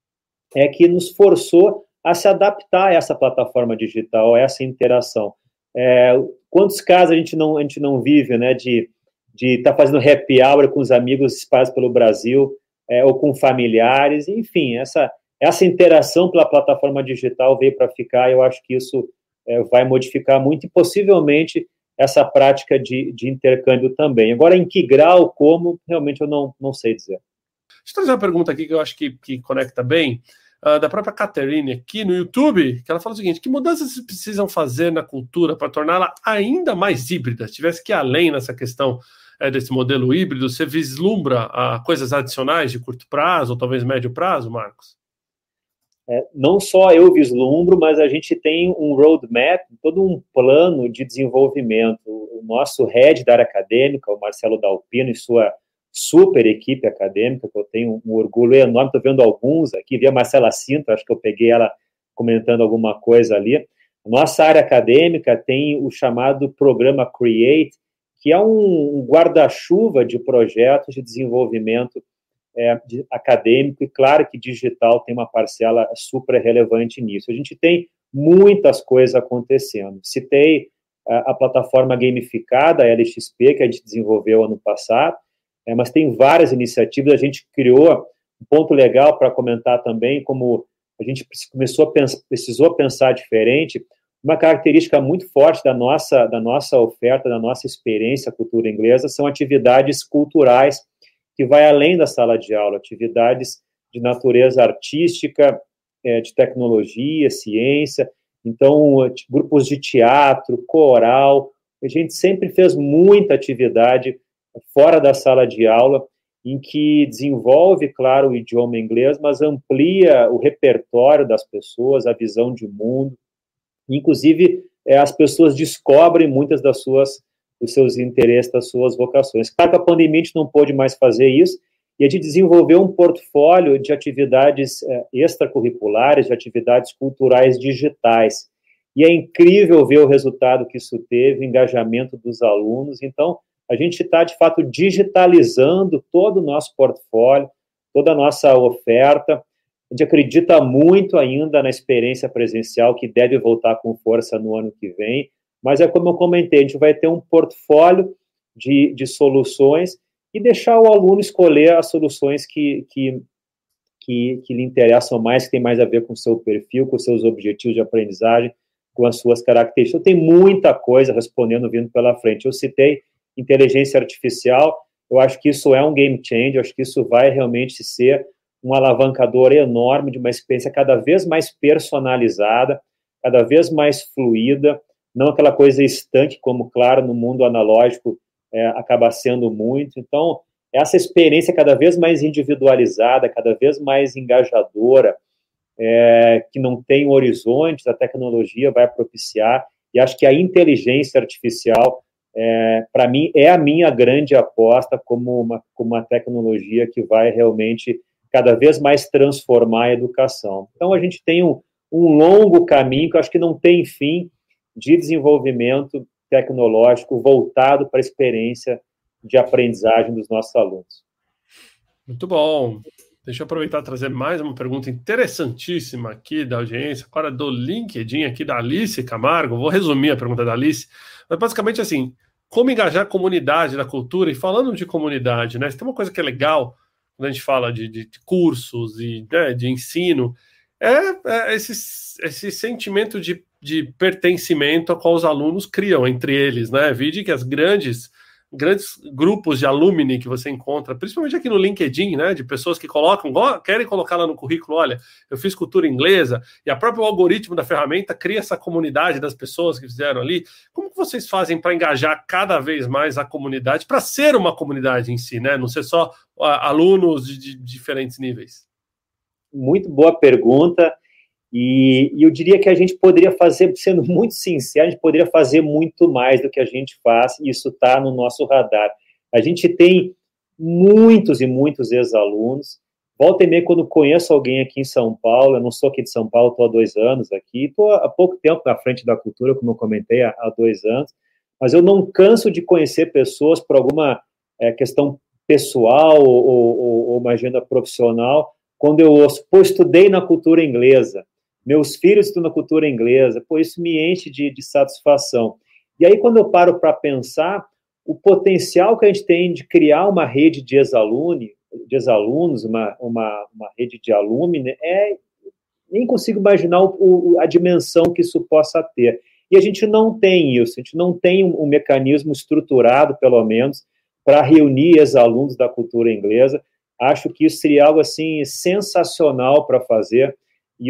é que nos forçou a se adaptar a essa plataforma digital, a essa interação. Quantos casos a gente não vive, né, de estar fazendo happy hour com os amigos espalhados pelo Brasil, ou com familiares, enfim, essa interação pela plataforma digital veio para ficar, e eu acho que isso vai modificar muito, e possivelmente essa prática de intercâmbio também. Agora, em que grau, como, realmente eu não sei dizer. Deixa eu trazer uma pergunta aqui que eu acho que conecta bem. da própria Catherine aqui no YouTube, que ela fala o seguinte: que mudanças se precisam fazer na cultura para torná-la ainda mais híbrida? Se tivesse que ir além nessa questão desse modelo híbrido, você vislumbra coisas adicionais de curto prazo ou talvez médio prazo, Marcos? Não só eu vislumbro, mas a gente tem um roadmap, todo um plano de desenvolvimento. O nosso head da área acadêmica, o Marcelo Dalpino, e sua super equipe acadêmica, que eu tenho um orgulho enorme, estou vendo alguns aqui, vi a Marcela Cinto, acho que eu peguei ela comentando alguma coisa ali. Nossa área acadêmica tem o chamado Programa Create, que é um guarda-chuva de projetos de desenvolvimento acadêmico, e claro que digital tem uma parcela super relevante nisso. A gente tem muitas coisas acontecendo. Citei a plataforma gamificada, a LXP, que a gente desenvolveu ano passado, mas tem várias iniciativas. A gente criou um ponto legal para comentar também, como a gente precisou pensar diferente. Uma característica muito forte da nossa oferta, da nossa experiência cultura inglesa, são atividades culturais que vai além da sala de aula, atividades de natureza artística, de tecnologia, ciência. Então, grupos de teatro, coral. A gente sempre fez muita atividade fora da sala de aula, em que desenvolve, claro, o idioma inglês, mas amplia o repertório das pessoas, a visão de mundo. Inclusive, as pessoas descobrem muitas dos seus interesses, das suas vocações. Claro que a pandemia a gente não pôde mais fazer isso, e a gente desenvolveu um portfólio de atividades extracurriculares, de atividades culturais digitais. E é incrível ver o resultado que isso teve, o engajamento dos alunos. Então, a gente está, de fato, digitalizando todo o nosso portfólio, toda a nossa oferta. A gente acredita muito ainda na experiência presencial, que deve voltar com força no ano que vem, mas é como eu comentei, a gente vai ter um portfólio de soluções e deixar o aluno escolher as soluções que lhe interessam mais, que tem mais a ver com o seu perfil, com os seus objetivos de aprendizagem, com as suas características. Então, tem muita coisa respondendo vindo pela frente. Eu citei inteligência artificial, eu acho que isso é um game changer, eu acho que isso vai realmente ser um alavancador enorme de uma experiência cada vez mais personalizada, cada vez mais fluida, não aquela coisa estanque, como, claro, no mundo analógico acaba sendo muito. Então, essa experiência cada vez mais individualizada, cada vez mais engajadora, que não tem horizontes, a tecnologia vai propiciar, e acho que a inteligência artificial, para mim, é a minha grande aposta como uma tecnologia que vai realmente cada vez mais transformar a educação. Então, a gente tem um longo caminho, que eu acho que não tem fim, de desenvolvimento tecnológico voltado para a experiência de aprendizagem dos nossos alunos. Muito bom. Deixa eu aproveitar e trazer mais uma pergunta interessantíssima aqui da audiência, agora do LinkedIn aqui da Alice Camargo. Vou resumir a pergunta da Alice, mas basicamente assim: como engajar a comunidade da cultura? E falando de comunidade, né, tem uma coisa que é legal quando a gente fala de cursos e, né, de ensino, esse sentimento de pertencimento a qual os alunos criam entre eles, né? Vide que as grandes grupos de alumni que você encontra, principalmente aqui no LinkedIn, né, de pessoas que querem colocar lá no currículo: olha, eu fiz cultura inglesa, e a próprio algoritmo da ferramenta cria essa comunidade das pessoas que fizeram ali. Como que vocês fazem para engajar cada vez mais a comunidade, para ser uma comunidade em si, né, não ser só alunos de diferentes níveis? Muito boa pergunta. E eu diria que a gente poderia fazer, sendo muito sincero, a gente poderia fazer muito mais do que a gente faz, e isso está no nosso radar. A gente tem muitos e muitos ex-alunos. Volta e meia, quando conheço alguém aqui em São Paulo, eu não sou aqui de São Paulo, estou há 2 anos aqui, estou há pouco tempo na frente da cultura, como eu comentei, há 2 anos, mas eu não canso de conhecer pessoas por alguma questão pessoal ou uma agenda profissional, quando eu ouço: pô, estudei na cultura inglesa, meus filhos estão na cultura inglesa, pô, isso me enche de satisfação. E aí, quando eu paro para pensar, o potencial que a gente tem de criar uma rede de ex-alunos, uma rede de alumni, né, nem consigo imaginar a dimensão que isso possa ter. E a gente não tem isso, a gente não tem um mecanismo estruturado, pelo menos, para reunir ex-alunos da cultura inglesa. Acho que isso seria algo assim sensacional para fazer. e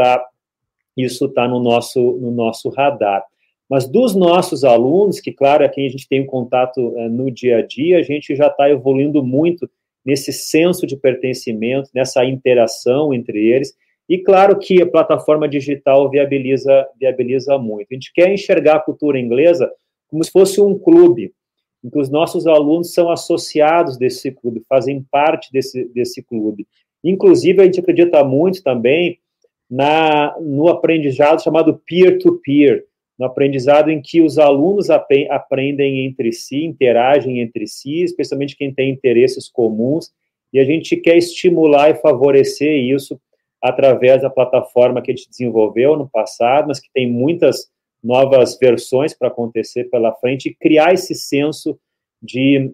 isso tá no nosso radar. Mas dos nossos alunos, que, claro, é quem a gente tem um contato no dia a dia, a gente já está evoluindo muito nesse senso de pertencimento, nessa interação entre eles, e claro que a plataforma digital viabiliza muito. A gente quer enxergar a cultura inglesa como se fosse um clube, em que os nossos alunos são associados desse clube, fazem parte desse clube. Inclusive, a gente acredita muito também no aprendizado chamado peer-to-peer, no aprendizado em que os alunos aprendem entre si, interagem entre si, especialmente quem tem interesses comuns, e a gente quer estimular e favorecer isso através da plataforma que a gente desenvolveu no passado, mas que tem muitas novas versões para acontecer pela frente, e criar esse senso de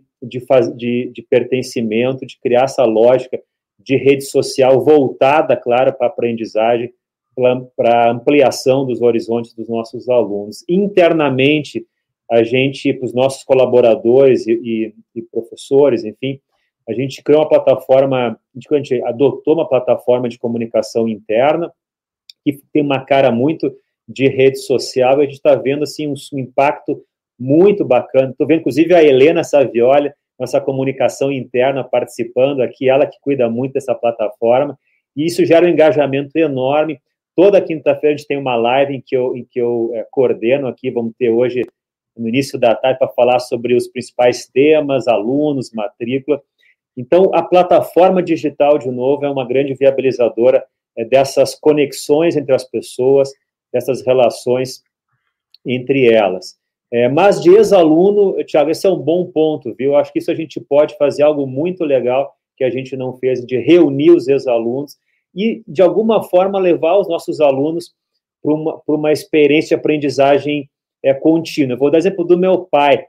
pertencimento, de criar essa lógica de rede social voltada, claro, para a aprendizagem, para a ampliação dos horizontes dos nossos alunos. Internamente, a gente, para os nossos colaboradores e professores, enfim, a gente criou uma plataforma, a gente adotou uma plataforma de comunicação interna, que tem uma cara muito de rede social, e a gente está vendo assim, um impacto muito bacana. Estou vendo, inclusive, a Helena Savioli, nossa comunicação interna, participando aqui, ela que cuida muito dessa plataforma, e isso gera um engajamento enorme. Toda quinta-feira a gente tem uma live em que eu coordeno aqui, vamos ter hoje, no início da tarde, para falar sobre os principais temas, alunos, matrícula. Então, a plataforma digital, de novo, é uma grande viabilizadora dessas conexões entre as pessoas, dessas relações entre elas. Mas de ex-aluno, Thiago, esse é um bom ponto, viu? Acho que isso a gente pode fazer algo muito legal que a gente não fez, de reunir os ex-alunos e, de alguma forma, levar os nossos alunos para uma experiência de aprendizagem contínua. Vou dar exemplo do meu pai,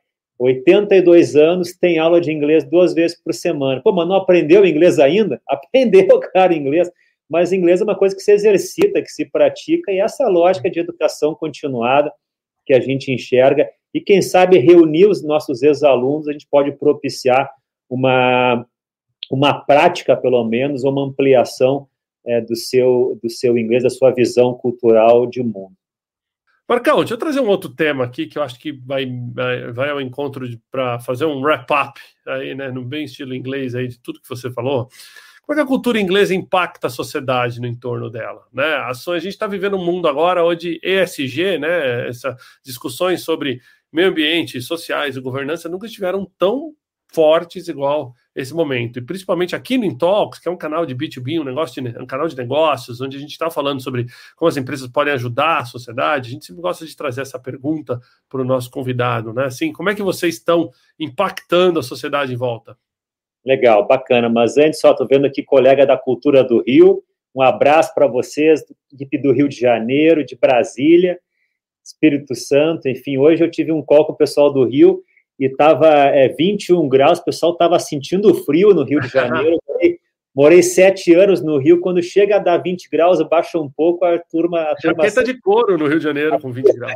82 anos, tem aula de inglês 2 vezes por semana. Pô, mas não aprendeu inglês ainda? Aprendeu, claro, inglês, mas inglês é uma coisa que se exercita, que se pratica, e essa lógica de educação continuada que a gente enxerga, e quem sabe reunir os nossos ex-alunos, a gente pode propiciar uma prática, pelo menos, uma ampliação do seu inglês, da sua visão cultural de mundo. Marcão, deixa eu trazer um outro tema aqui que eu acho que vai ao encontro para fazer um wrap-up aí, né, no bem estilo inglês aí de tudo que você falou. Como é que a cultura inglesa impacta a sociedade no entorno dela, né? A gente está vivendo um mundo agora onde ESG, né, essas discussões sobre meio ambiente, sociais e governança nunca estiveram tão fortes igual esse momento. E principalmente aqui no Intalks, que é um canal de B2B, um canal de negócios, onde a gente está falando sobre como as empresas podem ajudar a sociedade, a gente sempre gosta de trazer essa pergunta para o nosso convidado, né? Assim, como é que vocês estão impactando a sociedade em volta? Legal, bacana. Mas antes, só estou vendo aqui colega da Cultura do Rio. Um abraço para vocês, equipe do Rio de Janeiro, de Brasília, Espírito Santo. Enfim, hoje eu tive um call com o pessoal do Rio e estava 21 graus, o pessoal estava sentindo frio no Rio de Janeiro. Morei 7 anos no Rio, quando chega a dar 20 graus, baixa um pouco, a turma... Jaqueta de couro no Rio de Janeiro com 20 graus.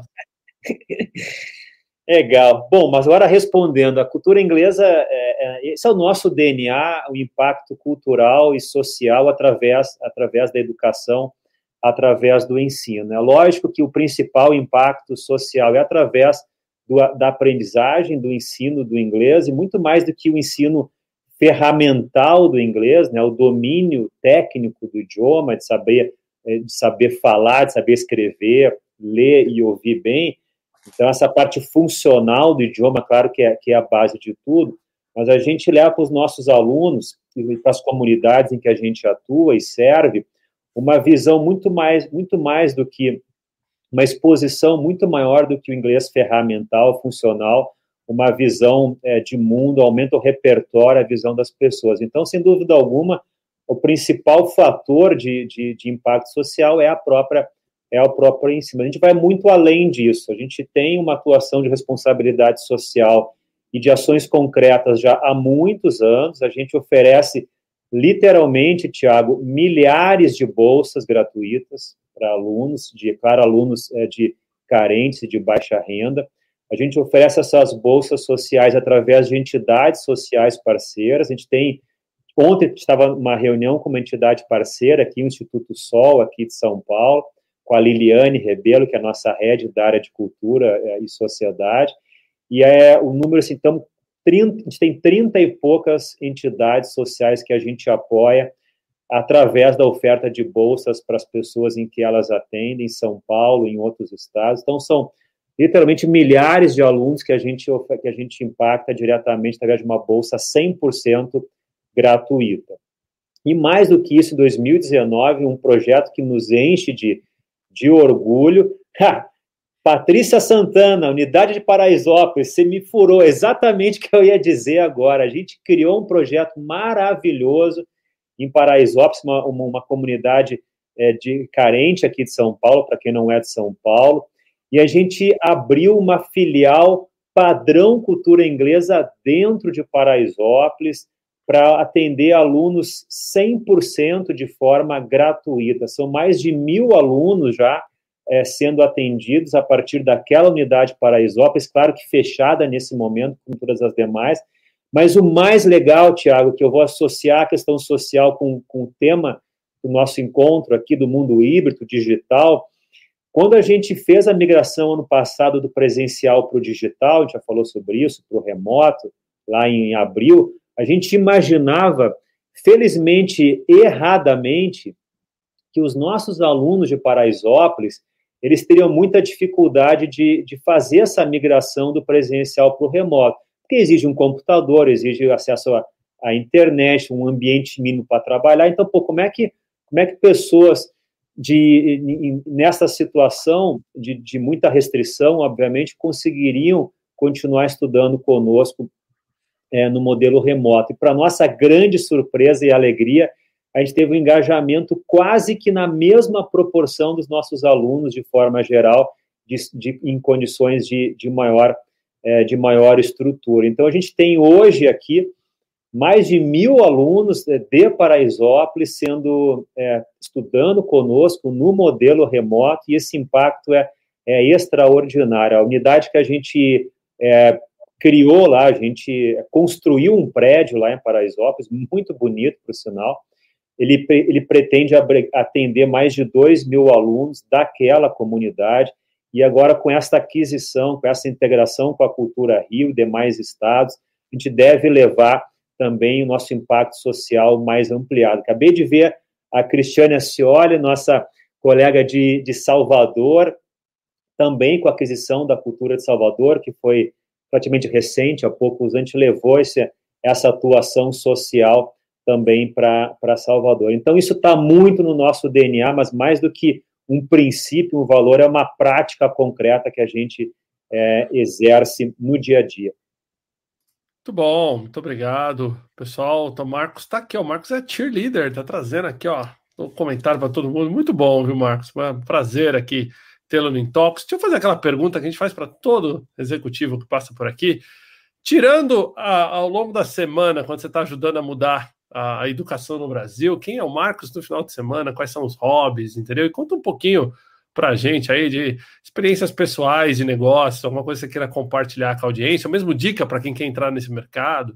Legal. Bom, mas agora respondendo, a cultura inglesa, esse é o nosso DNA, o impacto cultural e social através da educação, através do ensino. É lógico que o principal impacto social é através da aprendizagem, do ensino do inglês, e muito mais do que o ensino ferramental do inglês, né, o domínio técnico do idioma, de saber falar, de saber escrever, ler e ouvir bem. Então, essa parte funcional do idioma, claro que é a base de tudo, mas a gente leva para os nossos alunos e para as comunidades em que a gente atua e serve uma visão muito mais do que uma exposição muito maior do que o inglês ferramental, funcional, uma visão de mundo, aumenta o repertório, a visão das pessoas. Então, sem dúvida alguma, o principal fator de impacto social é o próprio ensino. A gente vai muito além disso. A gente tem uma atuação de responsabilidade social e de ações concretas já há muitos anos. A gente oferece, literalmente, Thiago, milhares de bolsas gratuitas para alunos, alunos de carentes e de baixa renda. A gente oferece essas bolsas sociais através de entidades sociais parceiras. A gente tem Ontem estava numa reunião com uma entidade parceira aqui, o Instituto Sol, aqui de São Paulo, com a Liliane Rebelo, que é a nossa head da área de cultura e sociedade, e o número, assim, a gente tem 30 e poucas entidades sociais que a gente apoia através da oferta de bolsas para as pessoas em que elas atendem, em São Paulo, em outros estados. Então, são literalmente milhares de alunos que a gente impacta diretamente através de uma bolsa 100% gratuita. E mais do que isso, em 2019, um projeto que nos enche de orgulho. Patrícia Santana, Unidade de Paraisópolis, você me furou exatamente o que eu ia dizer agora. A gente criou um projeto maravilhoso em Paraisópolis, uma comunidade carente aqui de São Paulo, para quem não é de São Paulo, e a gente abriu uma filial padrão cultura inglesa dentro de Paraisópolis para atender alunos 100% de forma gratuita. São mais de 1.000 alunos já sendo atendidos a partir daquela unidade Paraisópolis, claro que fechada nesse momento, como todas as demais, mas o mais legal, Tiago, que eu vou associar a questão social com o tema do nosso encontro aqui do mundo híbrido, digital, quando a gente fez a migração ano passado do presencial para o digital, a gente já falou sobre isso, para o remoto, lá em abril, a gente imaginava, felizmente, erradamente, que os nossos alunos de Paraisópolis, eles teriam muita dificuldade de fazer essa migração do presencial para o remoto, porque exige um computador, exige acesso à internet, um ambiente mínimo para trabalhar. Então, como é que pessoas nessa situação de muita restrição, obviamente, conseguiriam continuar estudando conosco no modelo remoto? E, para nossa grande surpresa e alegria, a gente teve um engajamento quase que na mesma proporção dos nossos alunos, de forma geral, em condições de maior estrutura. Então, a gente tem hoje aqui mais de 1.000 alunos de Paraisópolis estudando conosco no modelo remoto, e esse impacto é extraordinário. A unidade que a gente criou lá, a gente construiu um prédio lá em Paraisópolis, muito bonito, por sinal. Ele pretende atender mais de 2.000 alunos daquela comunidade, e agora com essa aquisição, com essa integração com a Cultura Rio e demais estados, a gente deve levar também o nosso impacto social mais ampliado. Acabei de ver a Cristiane Ascioli, nossa colega de Salvador, também com a aquisição da Cultura de Salvador, que foi praticamente recente, há poucos anos, a gente levou essa atuação social também para Salvador. Então, isso está muito no nosso DNA, mas mais do que um princípio, um valor, é uma prática concreta que a gente exerce no dia a dia. Muito bom, muito obrigado, pessoal. Então, o Marcos está aqui, ó. O Marcos é cheerleader, está trazendo aqui, ó, um comentário para todo mundo. Muito bom, viu, Marcos? É um prazer aqui tê-lo no Intox. Deixa eu fazer aquela pergunta que a gente faz para todo executivo que passa por aqui. Tirando ao longo da semana, quando você está ajudando a mudar a educação no Brasil, quem é o Marcos no final de semana? Quais são os hobbies, entendeu? E conta um pouquinho para a gente aí de experiências pessoais de negócios, alguma coisa que você queira compartilhar com a audiência, ou mesmo dica para quem quer entrar nesse mercado.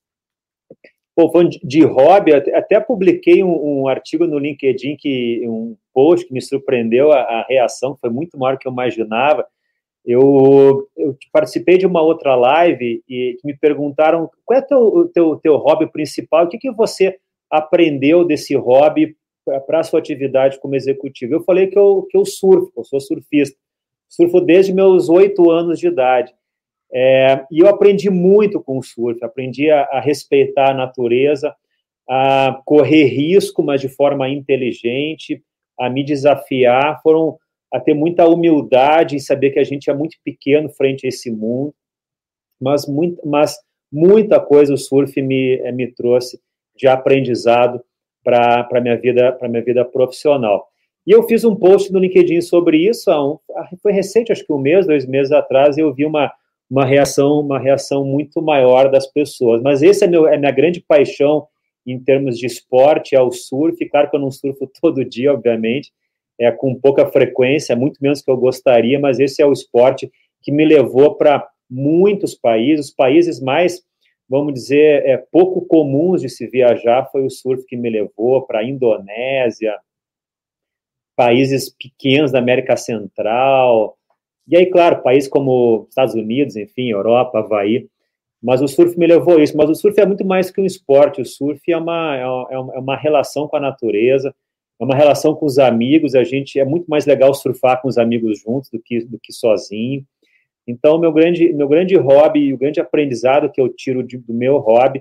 Pô, falando de hobby, até publiquei um artigo no LinkedIn, um post que me surpreendeu, a reação foi muito maior do que eu imaginava. Eu participei de uma outra live e me perguntaram qual é o teu hobby principal, o que você aprendeu desse hobby para a sua atividade como executivo. Eu falei que eu surfo, eu sou surfista. Surfo desde meus 8 anos de idade. E eu aprendi muito com o surf, aprendi a respeitar a natureza, a correr risco, mas de forma inteligente, a me desafiar, a ter muita humildade em saber que a gente é muito pequeno frente a esse mundo, mas muita coisa o surf me trouxe de aprendizado para a minha vida profissional. E eu fiz um post no LinkedIn sobre isso, foi recente, acho que 1 mês, 2 meses atrás, e eu vi uma reação muito maior das pessoas. Mas esse é minha grande paixão em termos de esporte, é o surf. Claro que eu não surfo todo dia, obviamente, com pouca frequência, muito menos que eu gostaria, mas esse é o esporte que me levou para muitos países, os países mais vamos dizer, pouco comuns de se viajar, foi o surf que me levou para a Indonésia, países pequenos da América Central, e aí, claro, países como Estados Unidos, enfim, Europa, Havaí, mas o surf me levou a isso. Mas o surf é muito mais que um esporte, o surf é uma relação com a natureza, é uma relação com os amigos, é muito mais legal surfar com os amigos juntos do que sozinho. Então, meu grande hobby, o grande aprendizado que eu tiro do meu hobby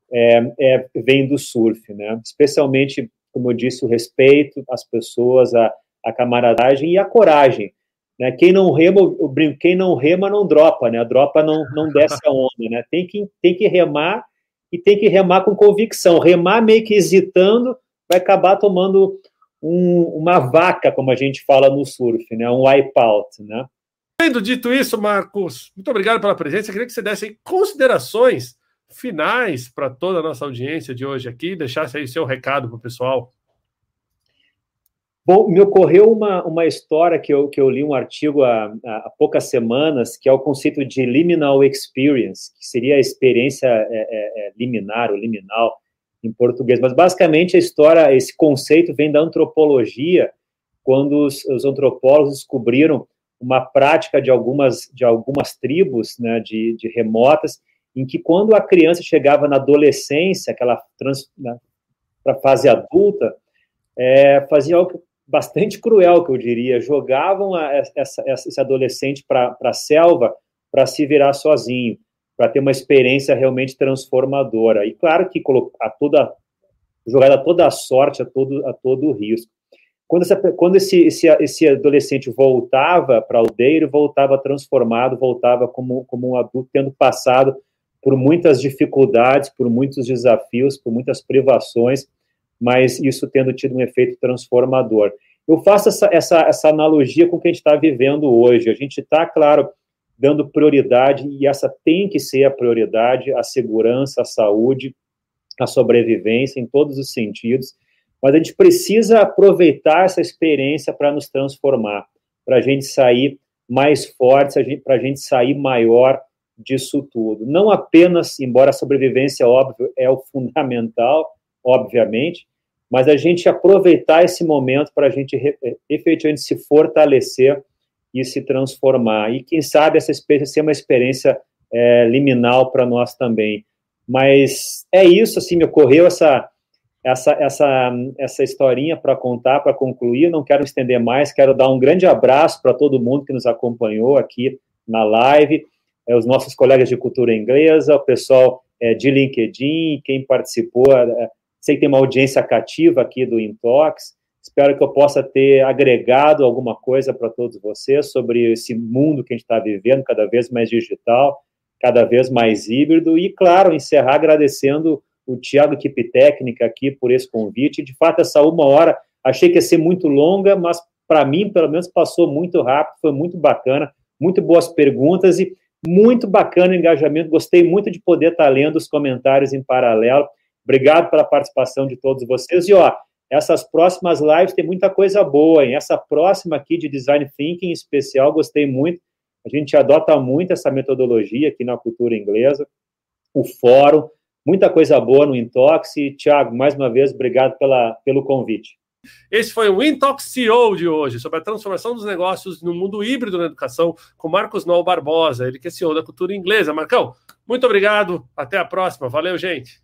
vem do surf, né? Especialmente, como eu disse, o respeito às pessoas, a camaradagem e a coragem, né? Quem não rema, eu brinco, quem não rema não dropa, né? A dropa não desce a onda, né? Tem que remar e tem que remar com convicção. Remar meio que hesitando vai acabar tomando uma vaca, como a gente fala no surf, né? Um wipeout, né? Tendo dito isso, Marcos, muito obrigado pela presença. Eu queria que você desse aí considerações finais para toda a nossa audiência de hoje aqui, deixasse aí seu recado para o pessoal. Bom, me ocorreu uma história que eu li um artigo há poucas semanas, que é o conceito de liminal experience, que seria a experiência liminar ou liminal em português. Mas, basicamente, a história, esse conceito vem da antropologia, quando os antropólogos descobriram uma prática de algumas tribos, né, de remotas, em que quando a criança chegava na adolescência, para a fase adulta, fazia algo bastante cruel, que eu diria, jogavam esse adolescente para a selva para se virar sozinho, para ter uma experiência realmente transformadora. E claro que jogada toda a sorte, a todo o risco. Quando esse adolescente voltava para a aldeia, ele voltava transformado, voltava como um adulto, tendo passado por muitas dificuldades, por muitos desafios, por muitas privações, mas isso tendo tido um efeito transformador. Eu faço essa analogia com o que a gente está vivendo hoje. A gente está, claro, dando prioridade, e essa tem que ser a prioridade, a segurança, a saúde, a sobrevivência, em todos os sentidos. Mas a gente precisa aproveitar essa experiência para nos transformar, para a gente sair mais fortes, para a gente sair maior disso tudo. Não apenas, embora a sobrevivência, óbvio, é o fundamental, obviamente, mas a gente aproveitar esse momento para a gente efetivamente se fortalecer e se transformar. E quem sabe essa experiência ser uma experiência liminal para nós também. Mas é isso, assim, me ocorreu essa historinha para contar, para concluir. Não quero estender mais, quero dar um grande abraço para todo mundo que nos acompanhou aqui na live, os nossos colegas de cultura inglesa, o pessoal de LinkedIn, quem participou. Sei que tem uma audiência cativa aqui do Intox. Espero que eu possa ter agregado alguma coisa para todos vocês sobre esse mundo que a gente está vivendo, cada vez mais digital, cada vez mais híbrido. E, claro, encerrar agradecendo o Thiago, equipe técnica, aqui por esse convite. De fato, essa 1 hora, achei que ia ser muito longa, mas para mim, pelo menos, passou muito rápido, foi muito bacana, muito boas perguntas e muito bacana o engajamento. Gostei muito de poder estar lendo os comentários em paralelo. Obrigado pela participação de todos vocês. E, essas próximas lives tem muita coisa boa, hein? Essa próxima aqui de Design Thinking, em especial, gostei muito. A gente adota muito essa metodologia aqui na cultura inglesa, o fórum, muita coisa boa no Intox. E, Thiago, mais uma vez, obrigado pelo convite. Esse foi o Intox CEO de hoje, sobre a transformação dos negócios no mundo híbrido na educação, com Marcos Noll Barbosa, ele que é CEO da cultura inglesa. Marcão, muito obrigado, até a próxima. Valeu, gente.